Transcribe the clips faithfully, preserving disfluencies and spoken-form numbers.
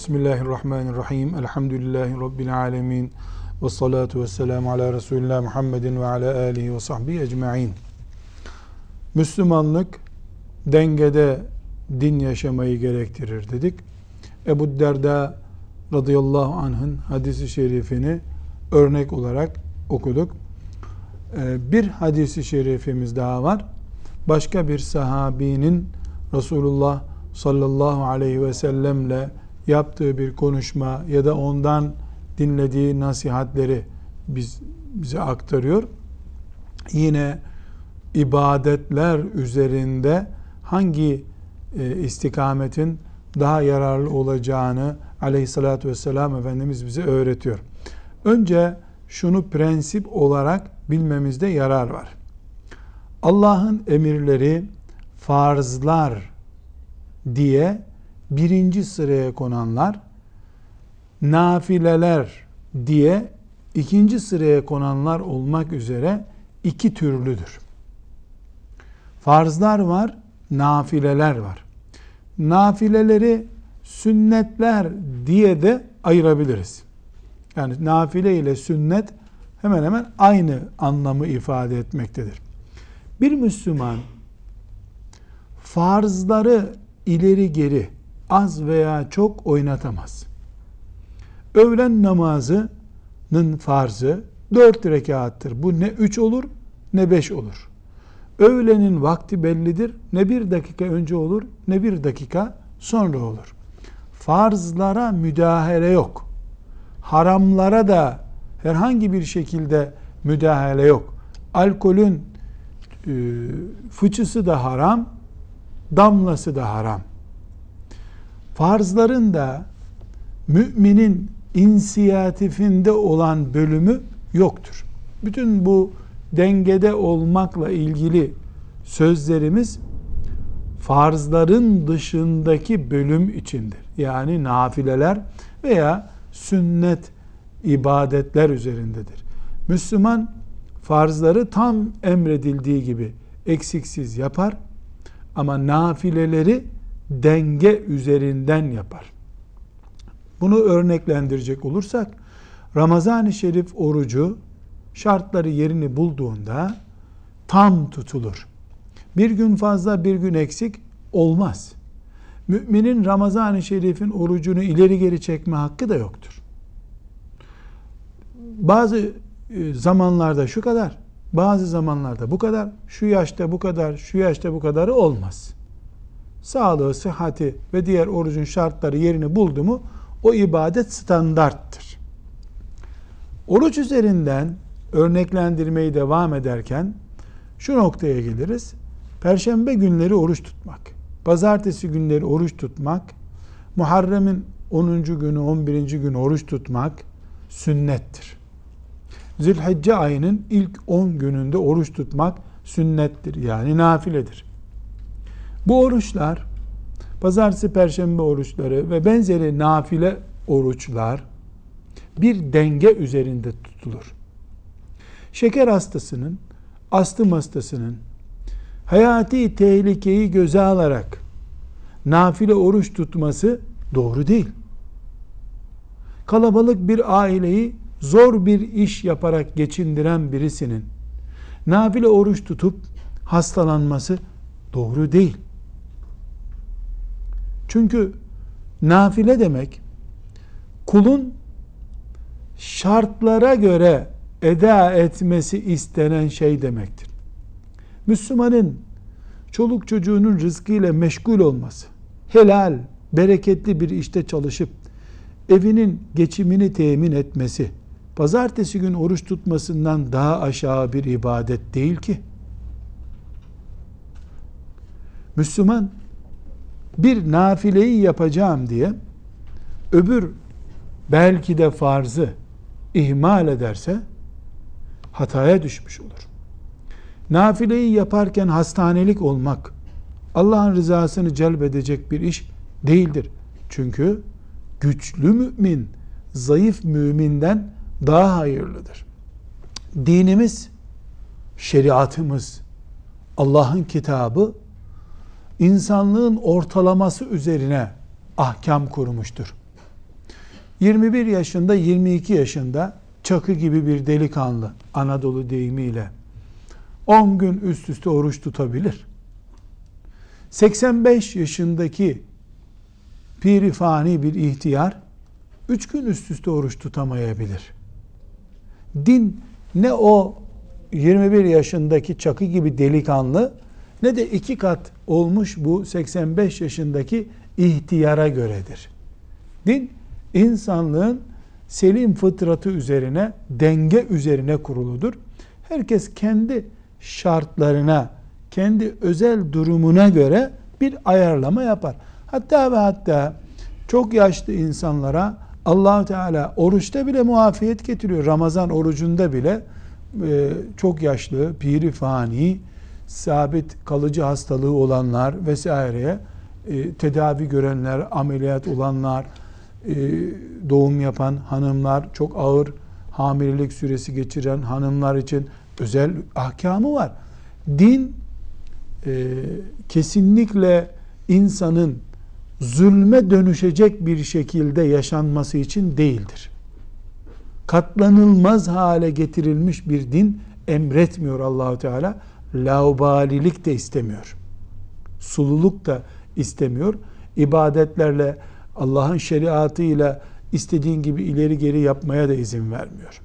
Bismillahirrahmanirrahim. Elhamdülillahi Rabbil alemin. Ve salatu ve selamu ala Resulullah Muhammedin ve ala alihi ve sahbihi ecma'in. Müslümanlık dengede din yaşamayı gerektirir dedik. Ebu Derda radıyallahu anh'ın hadisi şerifini örnek olarak okuduk. Bir hadisi şerifimiz daha var. Başka bir sahabinin Resulullah sallallahu aleyhi ve sellemle yaptığı bir konuşma ya da ondan dinlediği nasihatleri biz, bize aktarıyor. Yine ibadetler üzerinde hangi e, istikametin daha yararlı olacağını aleyhissalatü vesselam Efendimiz bize öğretiyor. Önce şunu prensip olarak bilmemizde yarar var. Allah'ın emirleri farzlar diye birinci sıraya konanlar, nafileler diye ikinci sıraya konanlar olmak üzere iki türlüdür. Farzlar var, nafileler var. Nafileleri sünnetler diye de ayırabiliriz. Yani nafile ile sünnet hemen hemen aynı anlamı ifade etmektedir. Bir Müslüman farzları ileri geri, az veya çok oynatamaz. Öğlen namazının farzı dört rekattır. Bu ne üç olur ne beş olur. Öğlenin vakti bellidir. Ne bir dakika önce olur ne bir dakika sonra olur. Farzlara müdahale yok. Haramlara da herhangi bir şekilde müdahale yok. Alkolün e, fıçısı da haram, damlası da haram. Farzların da müminin inisiyatifinde olan bölümü yoktur. Bütün bu dengede olmakla ilgili sözlerimiz farzların dışındaki bölüm içindir. Yani nafileler veya sünnet ibadetler üzerindedir. Müslüman farzları tam emredildiği gibi eksiksiz yapar ama nafileleri denge üzerinden yapar. Bunu örneklendirecek olursak, Ramazan-ı Şerif orucu şartları yerini bulduğunda tam tutulur. Bir gün fazla bir gün eksik olmaz. Müminin Ramazan-ı Şerif'in orucunu ileri geri çekme hakkı da yoktur. Bazı zamanlarda şu kadar, bazı zamanlarda bu kadar, şu yaşta bu kadar, şu yaşta bu kadarı olmaz. Sağlığı, sıhhati ve diğer orucun şartları yerini buldu mu o ibadet standarttır. Oruç üzerinden örneklendirmeyi devam ederken şu noktaya geliriz. Perşembe günleri oruç tutmak, pazartesi günleri oruç tutmak, Muharrem'in onuncu günü, on birinci günü oruç tutmak sünnettir. Zilhicce ayının ilk on gününde oruç tutmak sünnettir, yani nafiledir. Bu oruçlar, pazartesi, perşembe oruçları ve benzeri nafile oruçlar bir denge üzerinde tutulur. Şeker hastasının, astım hastasının hayati tehlikeyi göze alarak nafile oruç tutması doğru değil. Kalabalık bir aileyi zor bir iş yaparak geçindiren birisinin nafile oruç tutup hastalanması doğru değil. Çünkü nafile demek kulun şartlara göre eda etmesi istenen şey demektir. Müslümanın çoluk çocuğunun rızkıyla meşgul olması, helal, bereketli bir işte çalışıp evinin geçimini temin etmesi, pazartesi gün oruç tutmasından daha aşağı bir ibadet değil ki. Müslüman bir nafileyi yapacağım diye öbür belki de farzı ihmal ederse hataya düşmüş olur. Nafileyi yaparken hastanelik olmak Allah'ın rızasını celbedecek bir iş değildir. Çünkü güçlü mümin zayıf müminden daha hayırlıdır. Dinimiz, şeriatımız, Allah'ın kitabı insanlığın ortalaması üzerine ahkam kurmuştur. yirmi bir yaşında, yirmi iki yaşında çakı gibi bir delikanlı, Anadolu deyimiyle on gün üst üste oruç tutabilir. seksen beş yaşındaki piri fani bir ihtiyar üç gün üst üste oruç tutamayabilir. Din ne o yirmi bir yaşındaki çakı gibi delikanlı ne de iki kat olmuş bu seksen beş yaşındaki ihtiyara göredir. Din insanlığın selim fıtratı üzerine, denge üzerine kuruludur. Herkes kendi şartlarına, kendi özel durumuna göre bir ayarlama yapar. Hatta ve hatta çok yaşlı insanlara Allah-u Teala oruçta bile muafiyet getiriyor. Ramazan orucunda bile e, çok yaşlı, piri fani, sabit kalıcı hastalığı olanlar vesaireye e, tedavi görenler, ameliyat olanlar, e, doğum yapan hanımlar, çok ağır hamilelik süresi geçiren hanımlar için özel ahkamı var. Din e, kesinlikle insanın zulme dönüşecek bir şekilde yaşanması için değildir. Katlanılmaz hale getirilmiş bir din emretmiyor Allah-u Teala. Laubalilik de istemiyor. Sululuk da istemiyor. İbadetlerle, Allah'ın şeriatıyla istediğin gibi ileri geri yapmaya da izin vermiyor.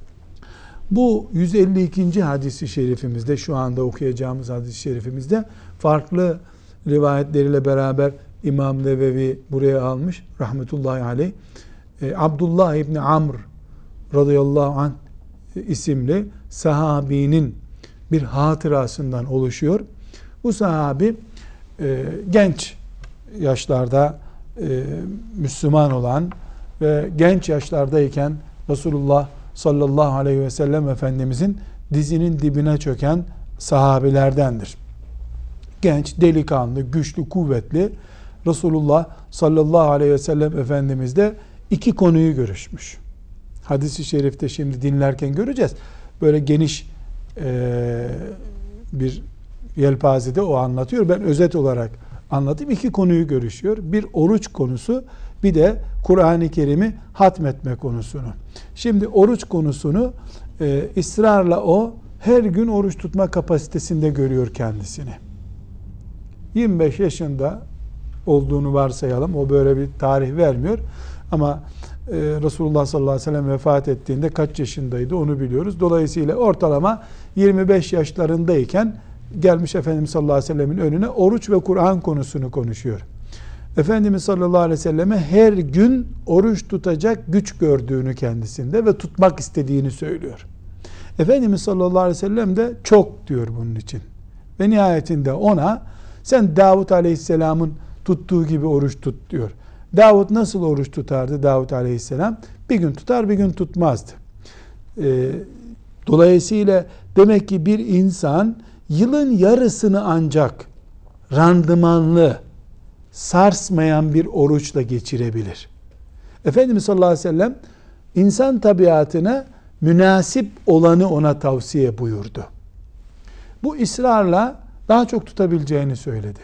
Bu yüz elli ikinci hadis-i şerifimizde, şu anda okuyacağımız hadis-i şerifimizde farklı rivayetleriyle beraber İmam Nevevi buraya almış rahmetullahi aleyh. E, Abdullah İbni Amr radıyallahu anh isimli sahabinin bir hatırasından oluşuyor. Bu sahabi e, genç yaşlarda e, Müslüman olan ve genç yaşlardayken Resulullah sallallahu aleyhi ve sellem Efendimizin dizinin dibine çöken sahabilerdendir. Genç, delikanlı, güçlü, kuvvetli. Resulullah sallallahu aleyhi ve sellem Efendimiz de iki konuyu görüşmüş. Hadis-i şerifte şimdi dinlerken göreceğiz. Böyle geniş e, bir yelpazede o anlatıyor. Ben özet olarak anlatayım. İki konuyu görüşüyor. Bir oruç konusu, bir de Kur'an-ı Kerim'i hatmetme konusunu. Şimdi oruç konusunu e, ısrarla o her gün oruç tutma kapasitesinde görüyor kendisini. yirmi beş yaşında olduğunu varsayalım. O böyle bir tarih vermiyor. Ama e, Resulullah sallallahu aleyhi ve sellem vefat ettiğinde kaç yaşındaydı onu biliyoruz. Dolayısıyla ortalama yirmi beş yaşlarındayken gelmiş Efendimiz sallallahu aleyhi ve sellemin önüne oruç ve Kur'an konusunu konuşuyor. Efendimiz sallallahu aleyhi ve selleme her gün oruç tutacak güç gördüğünü kendisinde ve tutmak istediğini söylüyor. Efendimiz sallallahu aleyhi ve sellem de çok diyor bunun için. Ve nihayetinde ona sen Davud aleyhisselamın tuttuğu gibi oruç tut diyor. Davud nasıl oruç tutardı Davud aleyhisselam? Bir gün tutar bir gün tutmazdı. Ee, dolayısıyla demek ki bir insan yılın yarısını ancak randımanlı, sarsmayan bir oruçla geçirebilir. Efendimiz sallallahu aleyhi ve sellem insan tabiatına münasip olanı ona tavsiye buyurdu. Bu ısrarla daha çok tutabileceğini söyledi.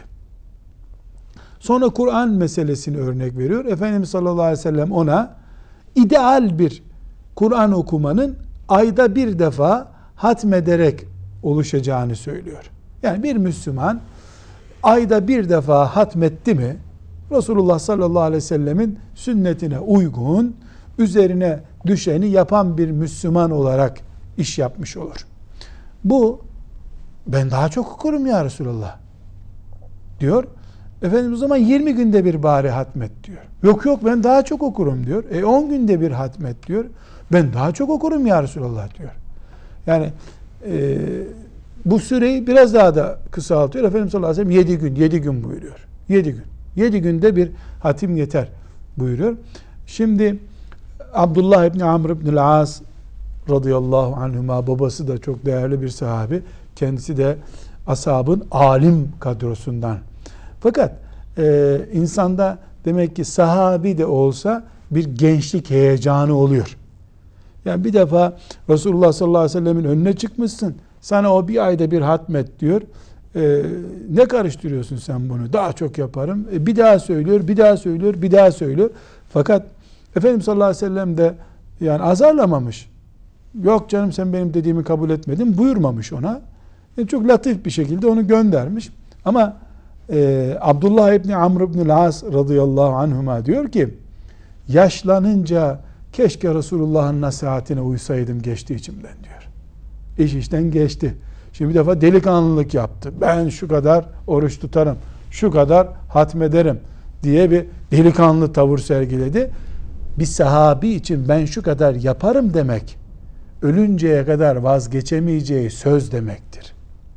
Sonra Kur'an meselesini örnek veriyor. Efendimiz sallallahu aleyhi ve sellem ona ideal bir Kur'an okumanın ayda bir defa hatmederek oluşacağını söylüyor. Yani bir Müslüman ayda bir defa hatmetti mi Resulullah sallallahu aleyhi ve sellemin sünnetine uygun, üzerine düşeni yapan bir Müslüman olarak iş yapmış olur. Bu ben daha çok okurum ya Resulullah diyor. Efendimiz o zaman yirmi günde bir bari hatmet diyor. Yok yok ben daha çok okurum diyor. E on günde bir hatmet diyor. Ben daha çok okurum ya Resulullah diyor. Yani e, bu süreyi biraz daha da kısaltıyor. Efendimiz sallallahu aleyhi ve sellem yedi gün, yedi gün buyuruyor. yedi gün. yedi günde bir hatim yeter buyuruyor. Şimdi Abdullah İbni Amr İbni As radıyallahu anhuma, babası da çok değerli bir sahabi. Kendisi de ashabın alim kadrosundan. Fakat e, insanda demek ki sahabi de olsa bir gençlik heyecanı oluyor. Yani bir defa Resulullah sallallahu aleyhi ve sellemin önüne çıkmışsın. Sana o bir ayda bir hatmet diyor. E, ne karıştırıyorsun sen bunu? Daha çok yaparım. E, bir daha söylüyor, bir daha söylüyor, bir daha söylüyor. Fakat Efendimiz sallallahu aleyhi ve sellem de yani azarlamamış. Yok canım sen benim dediğimi kabul etmedin buyurmamış ona. E çok latif bir şekilde onu göndermiş. Ama e, Abdullah İbni Amr İbni As radıyallahu anhuma diyor ki yaşlanınca keşke Resulullah'ın nasihatine uysaydım geçti içimden diyor. İş işten geçti. Şimdi bir defa delikanlılık yaptı. Ben şu kadar oruç tutarım, şu kadar hatmederim diye bir delikanlı tavır sergiledi. Bir sahabi için ben şu kadar yaparım demek, ölünceye kadar vazgeçemeyeceği söz demektir.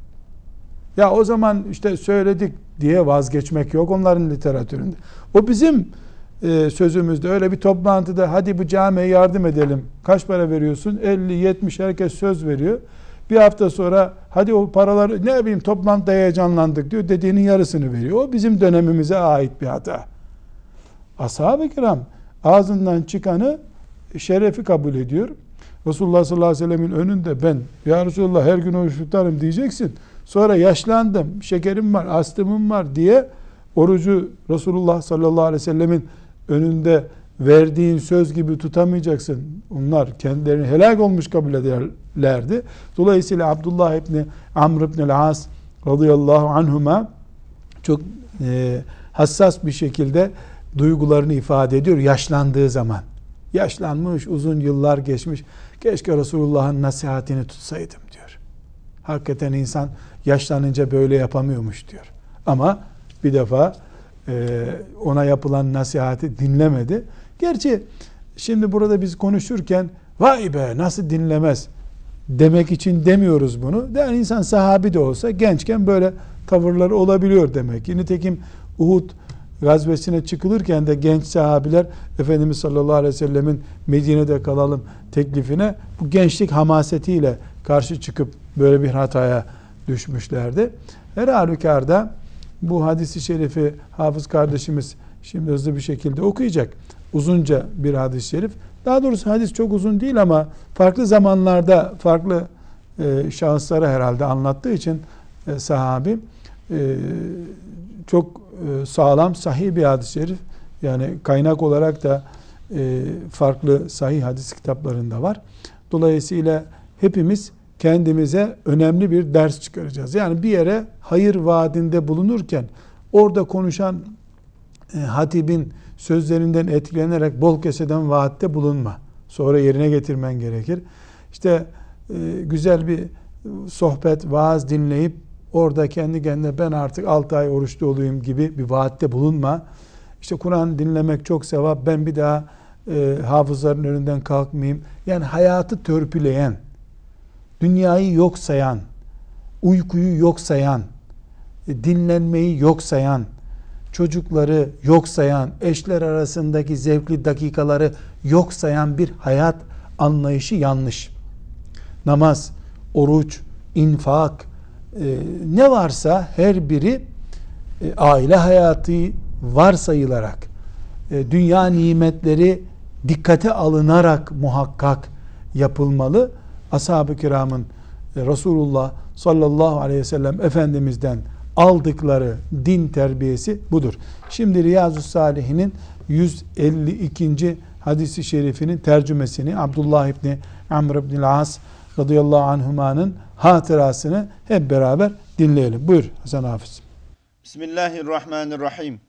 Ya o zaman işte söyledik diye vazgeçmek yok onların literatüründe. O bizim e, sözümüzde öyle bir toplantıda hadi bu camiye yardım edelim. Kaç para veriyorsun? elli yetmiş herkes söz veriyor. Bir hafta sonra hadi o paraları ne bileyim toplantıda heyecanlandık diyor. Dediğinin yarısını veriyor. O bizim dönemimize ait bir hata. Ashab-ı kiram ağzından çıkanı şerefi kabul ediyor. Resulullah sallallahu aleyhi ve sellemin önünde ben ya Resulullah her gün oruç tutarım diyeceksin. Sonra yaşlandım, şekerim var, astımım var diye orucu Resulullah sallallahu aleyhi ve sellemin önünde verdiğin söz gibi tutamayacaksın. Onlar kendilerini helak olmuş kabul ederlerdi. Dolayısıyla Abdullah İbni Amr İbni As radıyallahu anhuma çok e, hassas bir şekilde duygularını ifade ediyor yaşlandığı zaman. Yaşlanmış, uzun yıllar geçmiş. Keşke Resulullah'ın nasihatini tutsaydım diyor. Hakikaten insan yaşlanınca böyle yapamıyormuş diyor. Ama bir defa e, ona yapılan nasihati dinlemedi. Gerçi şimdi burada biz konuşurken vay be nasıl dinlemez demek için demiyoruz bunu. Yani insan sahabi de olsa gençken böyle tavırları olabiliyor demek. Nitekim Uhud gazvesine çıkılırken de genç sahabiler Efendimiz sallallahu aleyhi ve sellemin Medine'de kalalım teklifine bu gençlik hamasetiyle karşı çıkıp böyle bir hataya düşmüşlerdi. Her halükarda bu hadisi şerifi hafız kardeşimiz şimdi hızlı bir şekilde okuyacak. Uzunca bir hadis-i şerif. Daha doğrusu hadis çok uzun değil ama farklı zamanlarda farklı e, şahıslara herhalde anlattığı için e, sahabi e, çok e, sağlam sahih bir hadis-i şerif. Yani kaynak olarak da e, farklı sahih hadis kitaplarında var. Dolayısıyla hepimiz kendimize önemli bir ders çıkaracağız. Yani bir yere hayır vaadinde bulunurken orada konuşan e, hatibin sözlerinden etkilenerek bol keseden vaatte bulunma. Sonra yerine getirmen gerekir. İşte e, güzel bir sohbet, vaaz dinleyip orada kendi kendine ben artık altı ay oruçlu olayım gibi bir vaatte bulunma. İşte Kur'an dinlemek çok sevap, ben bir daha e, hafızların önünden kalkmayayım. Yani hayatı törpüleyen, dünyayı yok sayan, uykuyu yok sayan, e, dinlenmeyi yok sayan, çocukları yok sayan, eşler arasındaki zevkli dakikaları yok sayan bir hayat anlayışı yanlış. Namaz, oruç, infak, e, ne varsa her biri e, aile hayatı varsayılarak, e, dünya nimetleri dikkate alınarak muhakkak yapılmalı. Ashab-ı kiramın e, Resulullah sallallahu aleyhi ve sellem Efendimiz'den aldıkları din terbiyesi budur. Şimdi Riyazu Salihin'in yüz elli ikinci hadisi şerifinin tercümesini Abdullah İbni Amr İbni As radıyallahu anhuma'nın hatırasını hep beraber dinleyelim. Buyur Hasan Hafız. Bismillahirrahmanirrahim.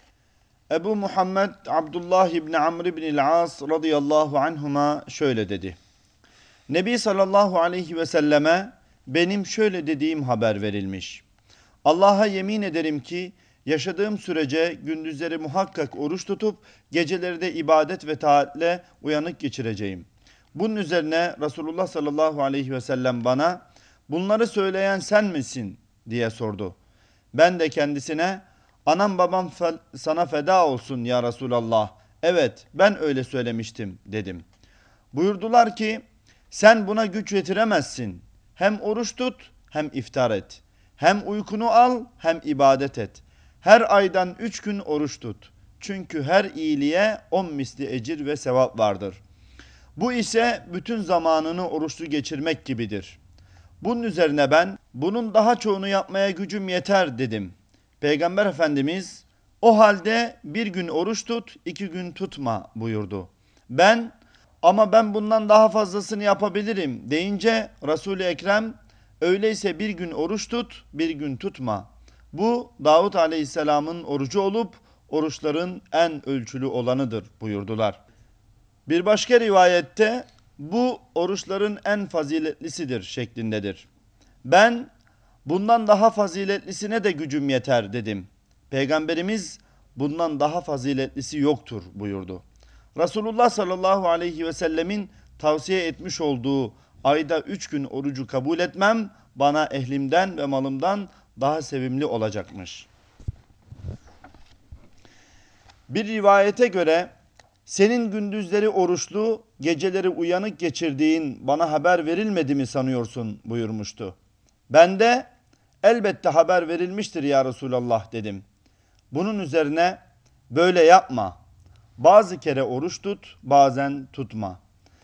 Ebu Muhammed Abdullah İbni Amr İbni As radıyallahu anhuma şöyle dedi. Nebi sallallahu aleyhi ve selleme benim şöyle dediğim haber verilmiş. Allah'a yemin ederim ki yaşadığım sürece gündüzleri muhakkak oruç tutup geceleri de ibadet ve taatle uyanık geçireceğim. Bunun üzerine Resulullah sallallahu aleyhi ve sellem bana bunları söyleyen sen misin diye sordu. Ben de kendisine anam babam fe- sana feda olsun ya Resulallah. Evet ben öyle söylemiştim dedim. Buyurdular ki sen buna güç yetiremezsin. Hem oruç tut hem iftar et. Hem uykunu al hem ibadet et. Her aydan üç gün oruç tut. Çünkü her iyiliğe on misli ecir ve sevap vardır. Bu ise bütün zamanını oruçlu geçirmek gibidir. Bunun üzerine ben bunun daha çoğunu yapmaya gücüm yeter dedim. Peygamber Efendimiz o halde bir gün oruç tut, iki gün tutma buyurdu. Ben ama ben bundan daha fazlasını yapabilirim deyince Resul-i Ekrem öyleyse bir gün oruç tut, bir gün tutma. Bu Davud Aleyhisselam'ın orucu olup oruçların en ölçülü olanıdır buyurdular. Bir başka rivayette bu oruçların en faziletlisidir şeklindedir. Ben bundan daha faziletlisine de gücüm yeter dedim. Peygamberimiz bundan daha faziletlisi yoktur buyurdu. Resulullah sallallahu aleyhi ve sellemin tavsiye etmiş olduğu ayda üç gün orucu kabul etmem bana ehlimden ve malımdan daha sevimli olacakmış. Bir rivayete göre senin gündüzleri oruçlu, geceleri uyanık geçirdiğin bana haber verilmedi mi sanıyorsun buyurmuştu. Ben de elbette haber verilmiştir ya Resulallah dedim. Bunun üzerine böyle yapma. Bazı kere oruç tut, bazen tutma.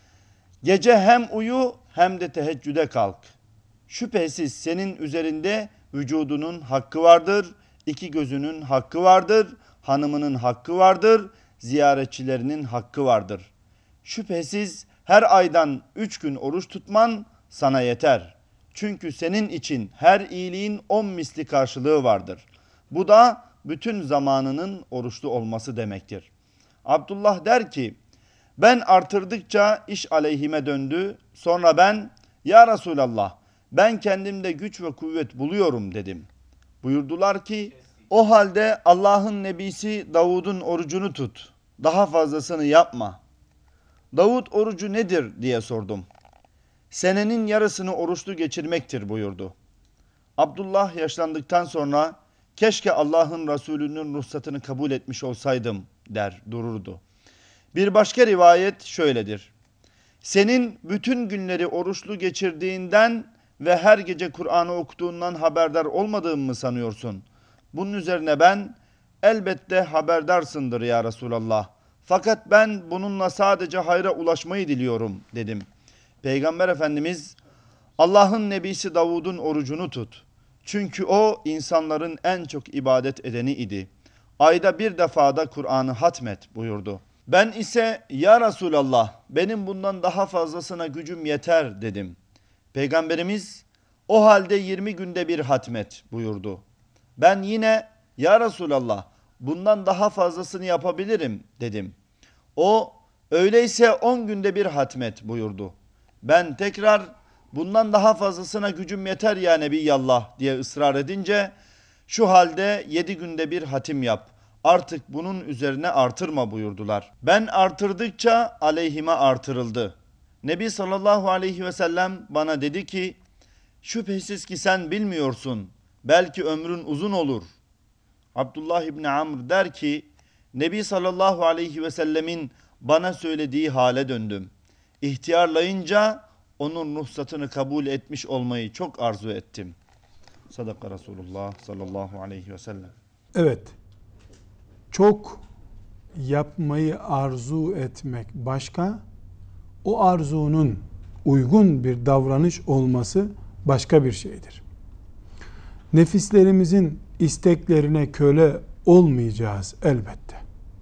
Gece hem uyu hem de teheccüde kalk. Şüphesiz senin üzerinde vücudunun hakkı vardır, iki gözünün hakkı vardır, hanımının hakkı vardır, ziyaretçilerinin hakkı vardır. Şüphesiz her aydan üç gün oruç tutman sana yeter. Çünkü senin için her iyiliğin on misli karşılığı vardır. Bu da bütün zamanının oruçlu olması demektir. Abdullah der ki, ben artırdıkça iş aleyhime döndü. Sonra ben, ya Resulallah, ben kendimde güç ve kuvvet buluyorum dedim. Buyurdular ki, o halde Allah'ın nebisi Davud'un orucunu tut. Daha fazlasını yapma. Davud orucu nedir diye sordum. Senenin yarısını oruçlu geçirmektir buyurdu. Abdullah yaşlandıktan sonra keşke Allah'ın Resulü'nün ruhsatını kabul etmiş olsaydım der dururdu. Bir başka rivayet şöyledir. Senin bütün günleri oruçlu geçirdiğinden ve her gece Kur'an'ı okuduğundan haberdar olmadığımı mı sanıyorsun? Bunun üzerine ben elbette haberdarsındır ya Resulallah. Fakat ben bununla sadece hayra ulaşmayı diliyorum dedim. Peygamber Efendimiz Allah'ın nebisi Davud'un orucunu tut. Çünkü o insanların en çok ibadet edeni idi. Ayda bir defada Kur'an'ı hatmet buyurdu. Ben ise ya Resulallah benim bundan daha fazlasına gücüm yeter dedim. Peygamberimiz o halde yirmi günde bir hatmet buyurdu. Ben yine ya Resulallah bundan daha fazlasını yapabilirim dedim. O öyleyse on günde bir hatmet buyurdu. Ben tekrar bundan daha fazlasına gücüm yeter ya Nebiyallah diye ısrar edince şu halde yedi günde bir hatim yap. Artık bunun üzerine artırma buyurdular. Ben artırdıkça aleyhime artırıldı. Nebi sallallahu aleyhi ve sellem bana dedi ki şüphesiz ki sen bilmiyorsun. Belki ömrün uzun olur. Abdullah İbni Amr der ki Nebi sallallahu aleyhi ve sellemin bana söylediği hale döndüm. İhtiyarlayınca onun ruhsatını kabul etmiş olmayı çok arzu ettim. Sadaka Resulullah sallallahu aleyhi ve sellem. Evet. Çok yapmayı arzu etmek başka, o arzunun uygun bir davranış olması başka bir şeydir. Nefislerimizin isteklerine köle olmayacağız elbette.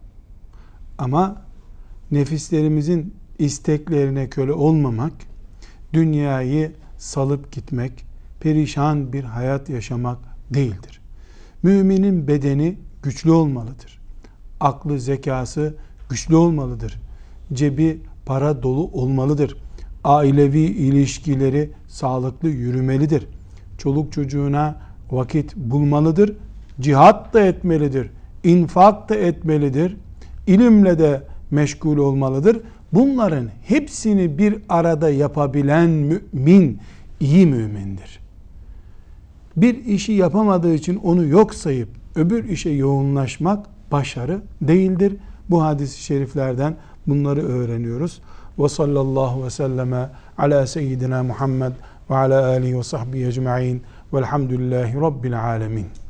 Ama nefislerimizin isteklerine köle olmamak, dünyayı salıp gitmek, perişan bir hayat yaşamak değildir. Müminin bedeni güçlü olmalıdır. Aklı, zekası güçlü olmalıdır. Cebi para dolu olmalıdır. Ailevi ilişkileri sağlıklı yürümelidir. Çoluk çocuğuna vakit bulmalıdır. Cihat da etmelidir. İnfak da etmelidir. İlimle de meşgul olmalıdır. Bunların hepsini bir arada yapabilen mümin iyi mümindir. Bir işi yapamadığı için onu yok sayıp öbür işe yoğunlaşmak başarı değildir. Bu hadis-i şeriflerden bunları öğreniyoruz. Ve sallallahu ve selleme ala seyyidina Muhammed ve ala alihi ve sahbihi ecma'in velhamdülillahi rabbil alemin.